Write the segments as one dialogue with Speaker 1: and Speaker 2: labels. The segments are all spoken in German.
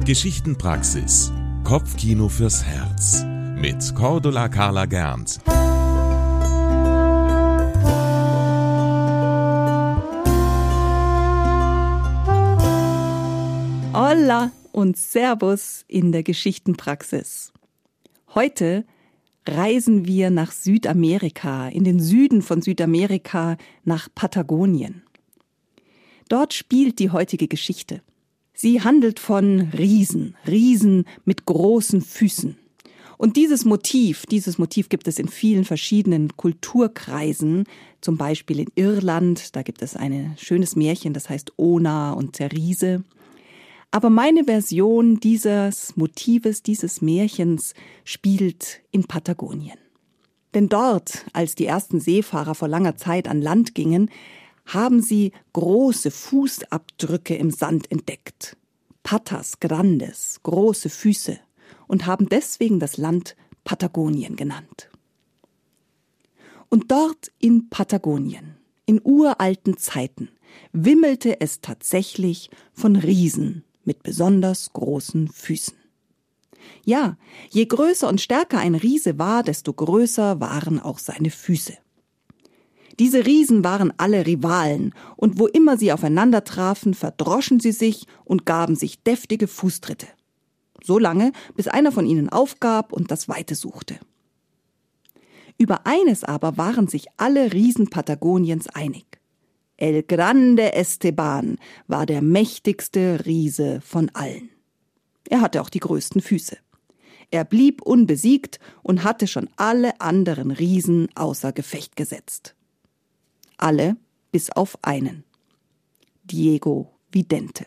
Speaker 1: Geschichtenpraxis. Kopfkino fürs Herz. Mit Cordula Carla Gernt.
Speaker 2: Hola und Servus in der Geschichtenpraxis. Heute reisen wir nach Südamerika, in den Süden von Südamerika, nach Patagonien. Dort spielt die heutige Geschichte. Sie handelt von Riesen mit großen Füßen. Und dieses Motiv gibt es in vielen verschiedenen Kulturkreisen, zum Beispiel in Irland, da gibt es ein schönes Märchen, das heißt Ona und der Riese. Aber meine Version dieses Motives, dieses Märchens, spielt in Patagonien. Denn dort, als die ersten Seefahrer vor langer Zeit an Land gingen, haben sie große Fußabdrücke im Sand entdeckt. Patas grandes, große Füße, und haben deswegen das Land Patagonien genannt. Und dort in Patagonien, in uralten Zeiten, wimmelte es tatsächlich von Riesen mit besonders großen Füßen. Ja, je größer und stärker ein Riese war, desto größer waren auch seine Füße. Diese Riesen waren alle Rivalen, und wo immer sie aufeinander trafen, verdroschen sie sich und gaben sich deftige Fußtritte. So lange, bis einer von ihnen aufgab und das Weite suchte. Über eines aber waren sich alle Riesen Patagoniens einig. El Grande Esteban war der mächtigste Riese von allen. Er hatte auch die größten Füße. Er blieb unbesiegt und hatte schon alle anderen Riesen außer Gefecht gesetzt. Alle bis auf einen. Diego Vidente.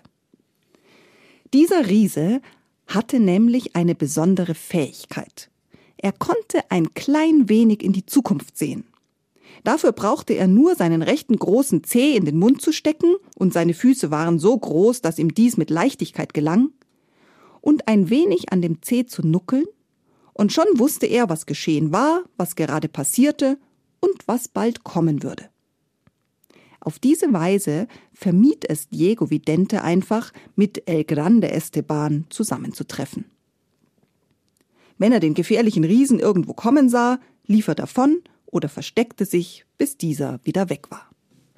Speaker 2: Dieser Riese hatte nämlich eine besondere Fähigkeit. Er konnte ein klein wenig in die Zukunft sehen. Dafür brauchte er nur seinen rechten großen Zeh in den Mund zu stecken, und seine Füße waren so groß, dass ihm dies mit Leichtigkeit gelang, und ein wenig an dem Zeh zu nuckeln, und schon wusste er, was geschehen war, was gerade passierte und was bald kommen würde. Auf diese Weise vermied es Diego Vidente einfach, mit El Grande Esteban zusammenzutreffen. Wenn er den gefährlichen Riesen irgendwo kommen sah, lief er davon oder versteckte sich, bis dieser wieder weg war.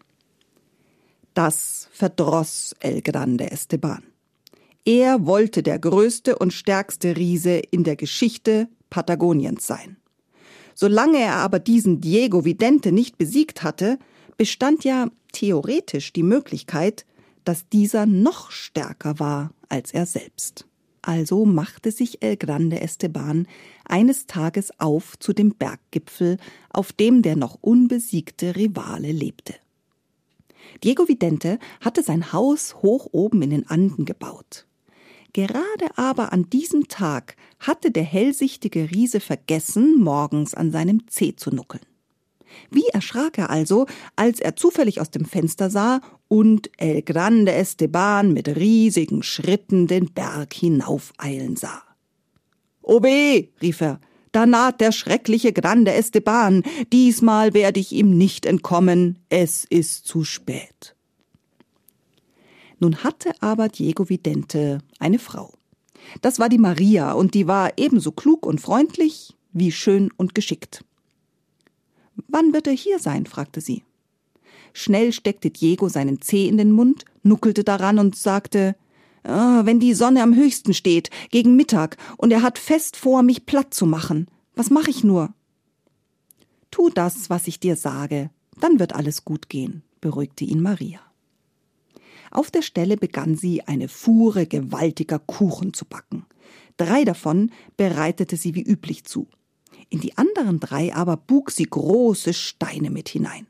Speaker 2: Das verdross El Grande Esteban. Er wollte der größte und stärkste Riese in der Geschichte Patagoniens sein. Solange er aber diesen Diego Vidente nicht besiegt hatte, bestand ja theoretisch die Möglichkeit, dass dieser noch stärker war als er selbst. Also machte sich El Grande Esteban eines Tages auf zu dem Berggipfel, auf dem der noch unbesiegte Rivale lebte. Diego Vidente hatte sein Haus hoch oben in den Anden gebaut. Gerade aber an diesem Tag hatte der hellsichtige Riese vergessen, morgens an seinem Zeh zu nuckeln. Wie erschrak er also, als er zufällig aus dem Fenster sah und El Grande Esteban mit riesigen Schritten den Berg hinaufeilen sah. »O weh«, rief er, »da naht der schreckliche Grande Esteban. Diesmal werde ich ihm nicht entkommen. Es ist zu spät.« Nun hatte aber Diego Vidente eine Frau. Das war die Maria, und die war ebenso klug und freundlich wie schön und geschickt. »Wann wird er hier sein?« fragte sie. Schnell steckte Diego seinen Zeh in den Mund, nuckelte daran und sagte, »Wenn die Sonne am höchsten steht, gegen Mittag, und er hat fest vor, mich platt zu machen. Was mache ich nur?« »Tu das, was ich dir sage, dann wird alles gut gehen«, beruhigte ihn Maria. Auf der Stelle begann sie, eine Fuhre gewaltiger Kuchen zu backen. 3 davon bereitete sie wie üblich zu. In die anderen 3 aber buk sie große Steine mit hinein.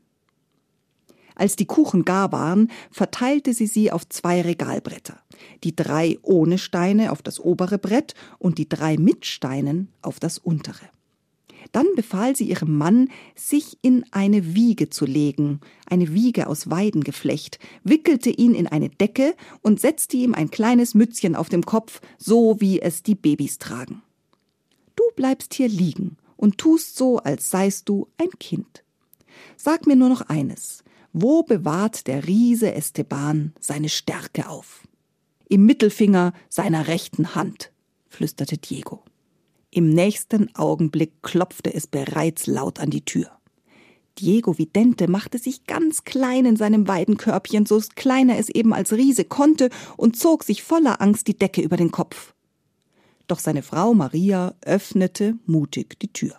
Speaker 2: Als die Kuchen gar waren, verteilte sie auf 2 Regalbretter. Die 3 ohne Steine auf das obere Brett und die 3 mit Steinen auf das untere. Dann befahl sie ihrem Mann, sich in eine Wiege zu legen, eine Wiege aus Weidengeflecht, wickelte ihn in eine Decke und setzte ihm ein kleines Mützchen auf dem Kopf, so wie es die Babys tragen. »Du bleibst hier liegen und tust so, als seist du ein Kind. Sag mir nur noch eines, wo bewahrt der Riese Esteban seine Stärke auf?« im Mittelfinger seiner rechten Hand, flüsterte Diego. Im nächsten Augenblick klopfte es bereits laut an die Tür. Diego Vidente machte sich ganz klein in seinem Weidenkörbchen, so klein er es eben als Riese konnte, und zog sich voller Angst die Decke über den Kopf. Doch seine Frau Maria öffnete mutig die Tür.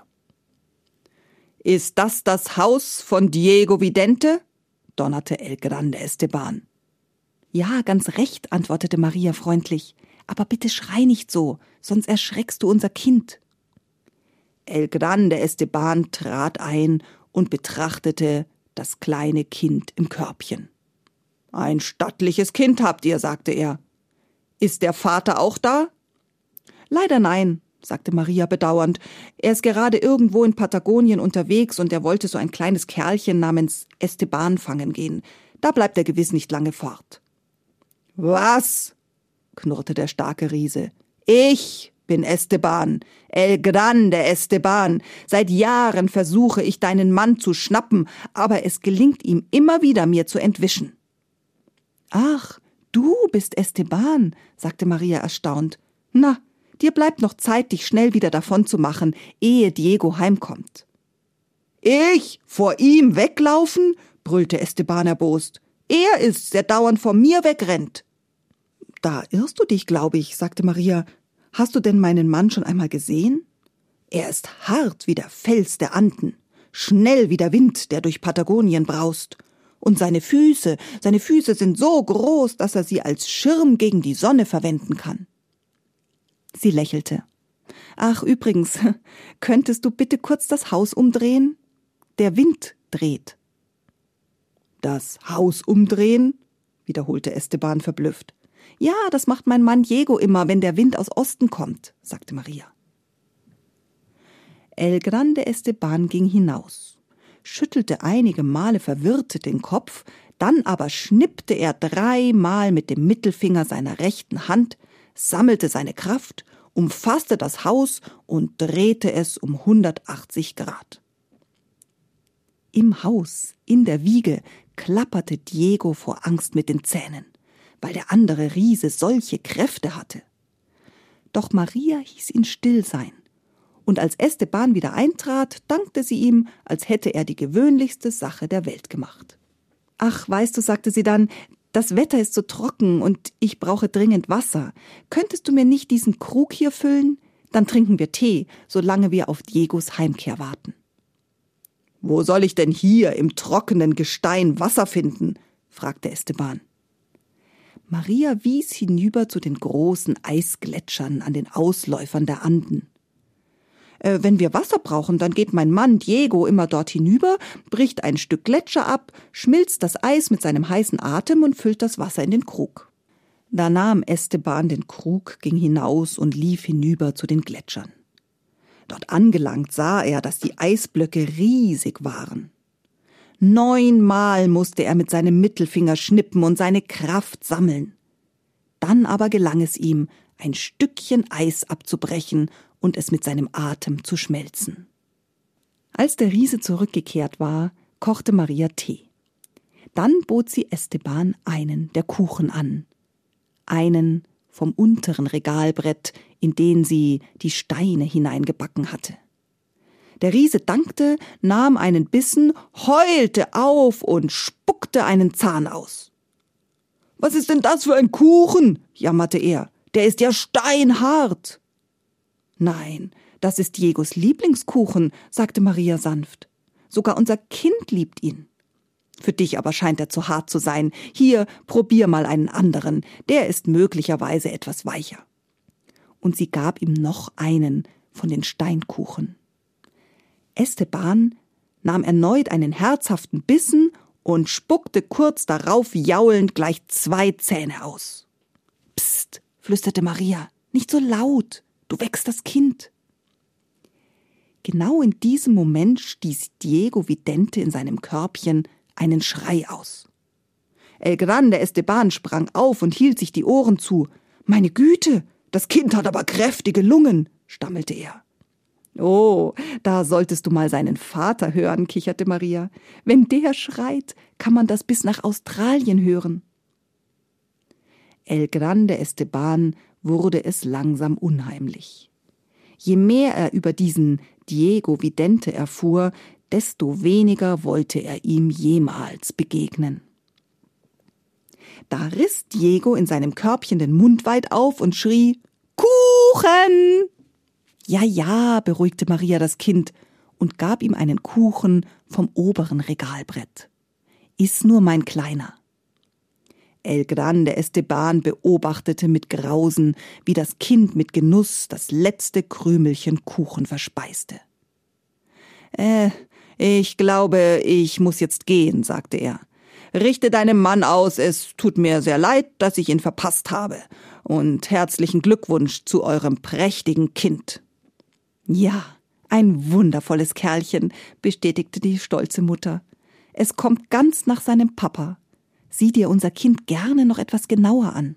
Speaker 2: »Ist das Haus von Diego Vidente?« donnerte El Grande Esteban. »Ja, ganz recht«, antwortete Maria freundlich. »Aber bitte schrei nicht so, sonst erschreckst du unser Kind.« El Grande Esteban trat ein und betrachtete das kleine Kind im Körbchen. »Ein stattliches Kind habt ihr«, sagte er. »Ist der Vater auch da?« »Leider nein«, sagte Maria bedauernd. »Er ist gerade irgendwo in Patagonien unterwegs und er wollte so ein kleines Kerlchen namens Esteban fangen gehen. Da bleibt er gewiss nicht lange fort.« »Was?«, knurrte der starke Riese. »Ich bin Esteban, El Grande Esteban. Seit Jahren versuche ich, deinen Mann zu schnappen, aber es gelingt ihm immer wieder, mir zu entwischen.« »Ach, du bist Esteban«, sagte Maria erstaunt. »Na, dir bleibt noch Zeit, dich schnell wieder davon zu machen, ehe Diego heimkommt.« »Ich vor ihm weglaufen?«, brüllte Esteban erbost. »Er ist's, der dauernd vor mir wegrennt.« »Da irrst du dich, glaube ich«, sagte Maria. »Hast du denn meinen Mann schon einmal gesehen? Er ist hart wie der Fels der Anden, schnell wie der Wind, der durch Patagonien braust. Und seine Füße sind so groß, dass er sie als Schirm gegen die Sonne verwenden kann.« Sie lächelte. »Ach, übrigens, könntest du bitte kurz das Haus umdrehen? Der Wind dreht.« »Das Haus umdrehen?«, wiederholte Esteban verblüfft. »Ja, das macht mein Mann Diego immer, wenn der Wind aus Osten kommt«, sagte Maria. El Grande Esteban ging hinaus, schüttelte einige Male verwirrt den Kopf, dann aber schnippte er 3-mal mit dem Mittelfinger seiner rechten Hand, sammelte seine Kraft, umfasste das Haus und drehte es um 180 Grad. Im Haus, in der Wiege, klapperte Diego vor Angst mit den Zähnen, weil der andere Riese solche Kräfte hatte. Doch Maria hieß ihn still sein, und als Esteban wieder eintrat, dankte sie ihm, als hätte er die gewöhnlichste Sache der Welt gemacht. »Ach, weißt du«, sagte sie dann, »das Wetter ist so trocken und ich brauche dringend Wasser. Könntest du mir nicht diesen Krug hier füllen? Dann trinken wir Tee, solange wir auf Diegos Heimkehr warten.« »Wo soll ich denn hier im trockenen Gestein Wasser finden?«, fragte Esteban. Maria wies hinüber zu den großen Eisgletschern an den Ausläufern der Anden. »Wenn wir Wasser brauchen, dann geht mein Mann Diego immer dort hinüber, bricht ein Stück Gletscher ab, schmilzt das Eis mit seinem heißen Atem und füllt das Wasser in den Krug.« Da nahm Esteban den Krug, ging hinaus und lief hinüber zu den Gletschern. Dort angelangt sah er, dass die Eisblöcke riesig waren. 9-mal musste er mit seinem Mittelfinger schnippen und seine Kraft sammeln. Dann aber gelang es ihm, ein Stückchen Eis abzubrechen und es mit seinem Atem zu schmelzen. Als der Riese zurückgekehrt war, kochte Maria Tee. Dann bot sie Esteban einen der Kuchen an. Einen vom unteren Regalbrett, in den sie die Steine hineingebacken hatte. Der Riese dankte, nahm einen Bissen, heulte auf und spuckte einen Zahn aus. »Was ist denn das für ein Kuchen?«, jammerte er. »Der ist ja steinhart.« »Nein, das ist Diegos Lieblingskuchen«, sagte Maria sanft. »Sogar unser Kind liebt ihn. Für dich aber scheint er zu hart zu sein. Hier, probier mal einen anderen, der ist möglicherweise etwas weicher.« Und sie gab ihm noch einen von den Steinkuchen. Esteban nahm erneut einen herzhaften Bissen und spuckte kurz darauf jaulend gleich 2 Zähne aus. »Psst«, flüsterte Maria, »nicht so laut, du weckst das Kind.« Genau in diesem Moment stieß Diego Vidente in seinem Körbchen einen Schrei aus. El Grande Esteban sprang auf und hielt sich die Ohren zu. »Meine Güte, das Kind hat aber kräftige Lungen«, stammelte er. »Oh, da solltest du mal seinen Vater hören«, kicherte Maria. »Wenn der schreit, kann man das bis nach Australien hören.« El Grande Esteban wurde es langsam unheimlich. Je mehr er über diesen Diego Vidente erfuhr, desto weniger wollte er ihm jemals begegnen. Da riss Diego in seinem Körbchen den Mund weit auf und schrie: »Kuchen!« »Ja, ja«, beruhigte Maria das Kind und gab ihm einen Kuchen vom oberen Regalbrett. »Iss nur, mein Kleiner.« El Grande Esteban beobachtete mit Grausen, wie das Kind mit Genuss das letzte Krümelchen Kuchen verspeiste. Ich glaube, ich muss jetzt gehen«, sagte er. »Richte deinem Mann aus, es tut mir sehr leid, dass ich ihn verpasst habe. Und herzlichen Glückwunsch zu eurem prächtigen Kind.« »Ja, ein wundervolles Kerlchen«, bestätigte die stolze Mutter. »Es kommt ganz nach seinem Papa. Sieh dir unser Kind gerne noch etwas genauer an.«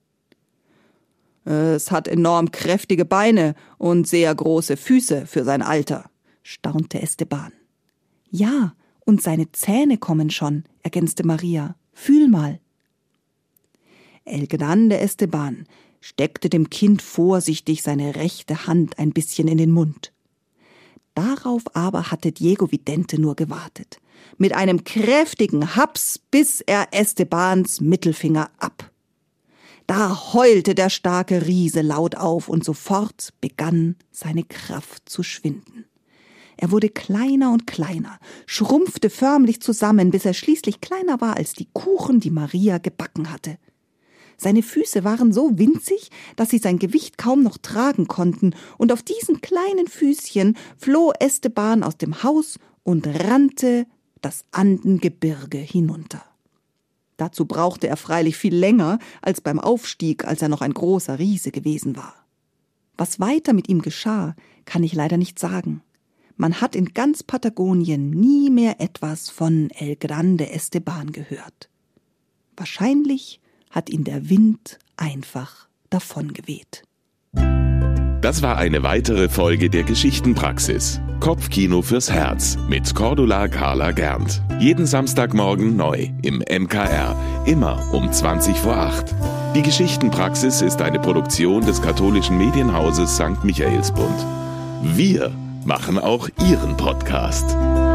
Speaker 2: »Es hat enorm kräftige Beine und sehr große Füße für sein Alter«, staunte Esteban. »Ja, und seine Zähne kommen schon«, ergänzte Maria. »Fühl mal.« El Grande Esteban steckte dem Kind vorsichtig seine rechte Hand ein bisschen in den Mund. Darauf aber hatte Diego Vidente nur gewartet. Mit einem kräftigen Haps biss er Estebans Mittelfinger ab. Da heulte der starke Riese laut auf und sofort begann seine Kraft zu schwinden. Er wurde kleiner und kleiner, schrumpfte förmlich zusammen, bis er schließlich kleiner war als die Kuchen, die Maria gebacken hatte. Seine Füße waren so winzig, dass sie sein Gewicht kaum noch tragen konnten, und auf diesen kleinen Füßchen floh Esteban aus dem Haus und rannte das Andengebirge hinunter. Dazu brauchte er freilich viel länger als beim Aufstieg, als er noch ein großer Riese gewesen war. Was weiter mit ihm geschah, kann ich leider nicht sagen. Man hat in ganz Patagonien nie mehr etwas von El Grande Esteban gehört. Wahrscheinlich hat ihn der Wind einfach davongeweht.
Speaker 1: Das war eine weitere Folge der Geschichtenpraxis. Kopfkino fürs Herz mit Cordula Carla Gernt. Jeden Samstagmorgen neu im MKR, immer um 8:20. Die Geschichtenpraxis ist eine Produktion des katholischen Medienhauses St. Michaelsbund. Wir machen auch Ihren Podcast.